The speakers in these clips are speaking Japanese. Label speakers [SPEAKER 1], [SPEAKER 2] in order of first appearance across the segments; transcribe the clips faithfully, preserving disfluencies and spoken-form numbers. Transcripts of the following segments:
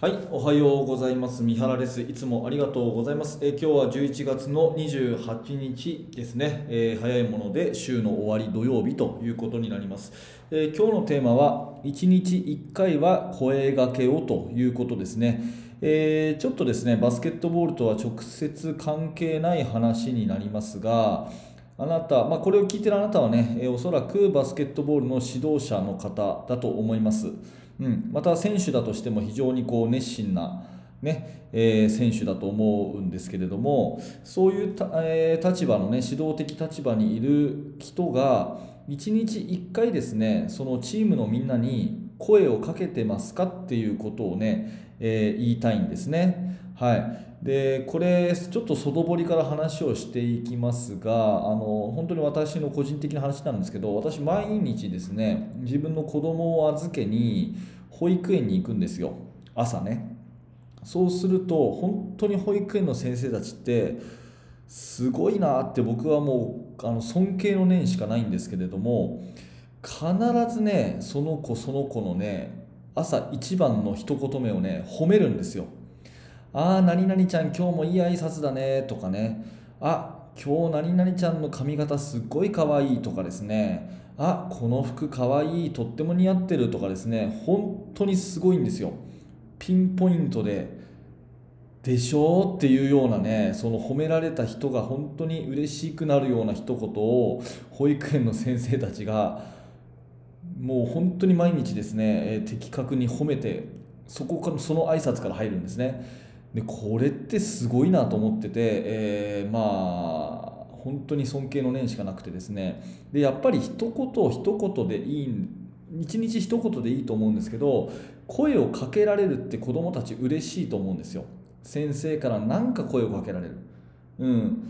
[SPEAKER 1] はい、おはようございます。三原です。いつもありがとうございます。えー今日はじゅういちがつのにじゅうはちにちですね、えー早いもので週の終わり土曜日ということになります。えー今日のテーマはいちにちいっかいは声掛けをということですね。えーちょっとですね、バスケットボールとは直接関係ない話になりますが、あなた、まあ、これを聞いてるあなたはね、えーおそらくバスケットボールの指導者の方だと思います。うん、また選手だとしても非常にこう熱心な、ねえー選手だと思うんですけれども、そういうた、えー立場の、ね、指導的立場にいる人がいちにちいっかいですね、そのチームのみんなに声をかけてますかっていうことをね、えー言いたいんですね。はい。でこれちょっと外堀から話をしていきますが、あの本当に私の個人的な話なんですけど、私毎日ですね、自分の子供を預けに保育園に行くんですよ、朝ね。そうすると本当に保育園の先生たちってすごいなって、僕はもうあの尊敬の念しかないんですけれども、必ずね、その子その子のね、朝一番の一言目をね褒めるんですよ。ああ、何々ちゃん、今日もいい挨拶だねとかね、あ、今日何々ちゃんの髪型すっごい可愛いとかですね、あ、この服可愛い、とっても似合ってるとかですね、本当にすごいんですよ。ピンポイントで、でしょうっていうようなね、その褒められた人が本当に嬉しくなるような一言を保育園の先生たちがもう本当に毎日ですね、えー的確に褒めて、そこからその挨拶から入るんですね。でこれってすごいなと思ってて、えーまあ本当に尊敬の念しかなくてですね。でやっぱり一言一言でいい、一日一言でいいと思うんですけど、声をかけられるって子どもたち嬉しいと思うんですよ。先生から何か声をかけられる。うん、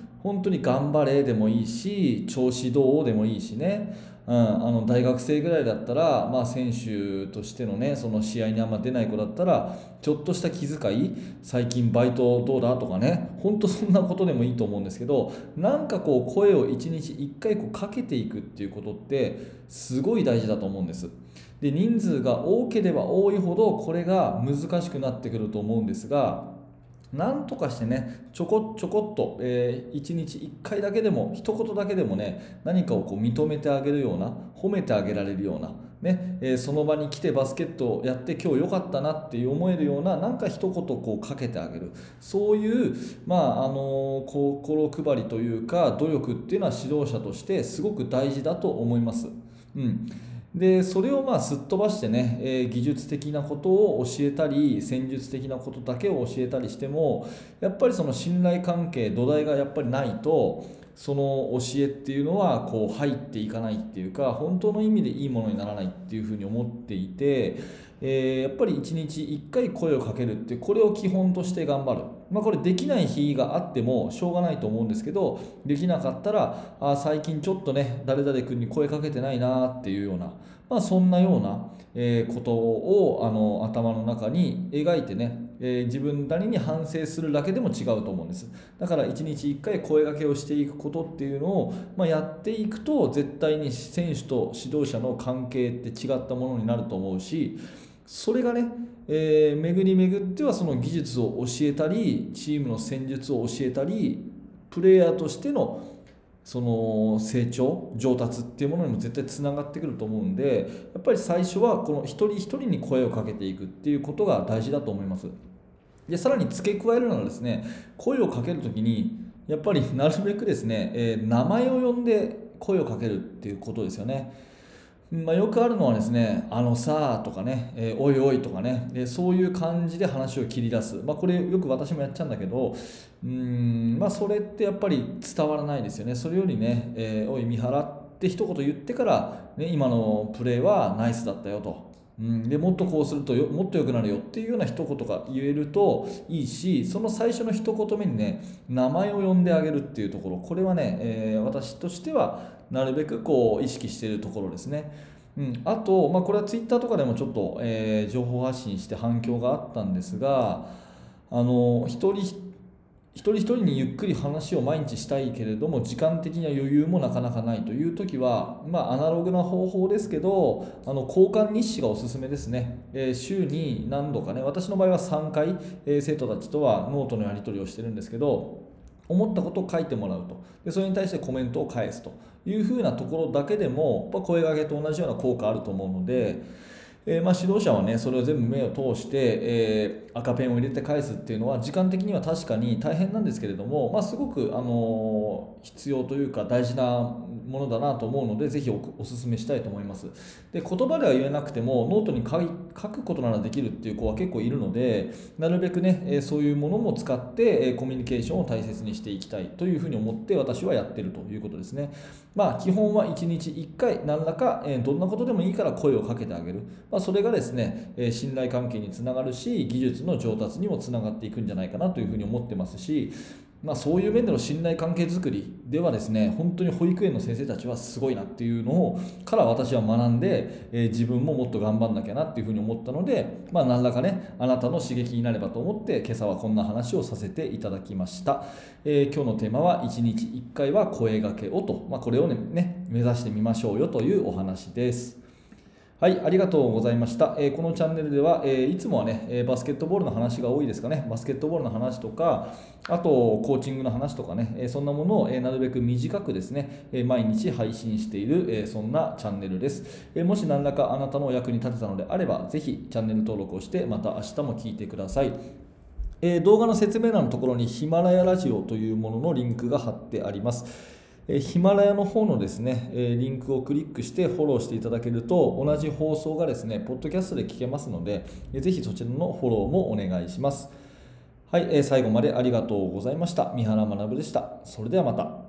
[SPEAKER 1] 本当に頑張れでもいいし、調子どうでもいいしね、うん、あの大学生ぐらいだったら、まあ、選手としてのね、その試合にあんま出ない子だったら、ちょっとした気遣い、最近バイトどうだとかね、本当そんなことでもいいと思うんですけど、なんかこう声をいちにちいっかいこうかけていくっていうことってすごい大事だと思うんです。で人数が多ければ多いほどこれが難しくなってくると思うんですが、なんとかしてね、ちょこちょこっと、えー、いちにちいっかいだけでも、一言だけでもね、何かをこう認めてあげるような、褒めてあげられるような、ねえーその場に来てバスケットをやって今日良かったなって思えるような、なんか一言こうかけてあげる、そういう、まああの心配りというか、努力っていうのは指導者としてすごく大事だと思います。うんでそれをまあすっ飛ばしてね、えー技術的なことを教えたり戦術的なことだけを教えたりしても、やっぱりその信頼関係土台がやっぱりないと、その教えっていうのはこう入っていかないっていうか、本当の意味でいいものにならないっていうふうに思っていて、えーやっぱりいちにちいっかい声をかけるって、これを基本として頑張る。まあこれできない日があってもしょうがないと思うんですけど、できなかったら、あ最近ちょっとね誰々君に声かけてないなっていうような、まあ、そんなような、えーことをあの頭の中に描いてね、えー自分なりに反省するだけでも違うと思うんです。だからいちにちいっかい声掛けをしていくことっていうのを、まあ、やっていくと絶対に選手と指導者の関係って違ったものになると思うし、それがね、えー巡り巡ってはその技術を教えたりチームの戦術を教えたり、プレイヤーとしてのその成長上達っていうものにも絶対つながってくると思うんで、やっぱり最初はこの一人一人に声をかけていくっていうことが大事だと思います。でさらに付け加えるならですね、声をかけるときにやっぱりなるべくですね、えー名前を呼んで声をかけるっていうことですよね。まあ、よくあるのはですね、あのさーとかね、えーおいおいとかね、でそういう感じで話を切り出す、まあ、これよく私もやっちゃうんだけど、うーん、まあ、それってやっぱり伝わらないですよね。それよりね、えーおい、三原って一言言ってから、ね、今のプレーはナイスだったよと。うん、でもっとこうするとよもっと良くなるよっていうような一言が言えるといいし、その最初の一言目にね名前を呼んであげるっていうところ、これはね、えー私としてはなるべくこう意識しているところですね。うん、あと、まあ、これはツイッターとかでもちょっと、えー情報発信して反響があったんですが、あの一人一人一人にゆっくり話を毎日したいけれども時間的には余裕もなかなかないという時は、まあ、アナログな方法ですけどあの交換日誌がおすすめですね、えー週に何度かね、私の場合はさんかい、えー生徒たちとはノートのやり取りをしてるんですけど、思ったことを書いてもらうと、でそれに対してコメントを返すというふうなところだけでもやっぱ声掛けと同じような効果あると思うので、えーまあ、指導者はねそれを全部目を通して、えー赤ペンを入れて返すっていうのは時間的には確かに大変なんですけれども、まあ、すごく、あのー必要というか大事なものだなと思うのでぜひおお勧めしたいと思います。で言葉では言えなくてもノートに書い書くことならできるっていう子は結構いるので、なるべくね、えーそういうものも使って、えーコミュニケーションを大切にしていきたいというふうに思って私はやっているということですね。まあ基本はいちにちいっかい何らか、えーどんなことでもいいから声をかけてあげる、まあ、それがですね、えー信頼関係につながるし技術の上達にもつながっていくんじゃないかなというふうに思ってますし、まあ、そういう面での信頼関係づくりではですね本当に保育園の先生たちはすごいなっていうのをから私は学んで、えー自分ももっと頑張んなきゃなっていうふうに思ったので、まあ、何らかねあなたの刺激になればと思って今朝はこんな話をさせていただきました。えー今日のテーマはいちにちいっかいは声掛けをと、まあ、これをね、ね目指してみましょうよというお話です。はい、ありがとうございました。えーこのチャンネルでは、えーいつもはね、えーバスケットボールの話が多いですかね。バスケットボールの話とか、あとコーチングの話とかね、えーそんなものを、えーなるべく短くですね、えー毎日配信している、えーそんなチャンネルです。えーもし何らかあなたのお役に立てたのであれば、ぜひチャンネル登録をして、また明日も聞いてください。えー動画の説明欄のところにヒマラヤラジオというもののリンクが貼ってあります。えーヒマラヤの方のですね、えーリンクをクリックしてフォローしていただけると同じ放送がですね、ポッドキャストで聞けますので、えーぜひそちらのフォローもお願いします。はい、えー最後までありがとうございました。三原学でした。それではまた。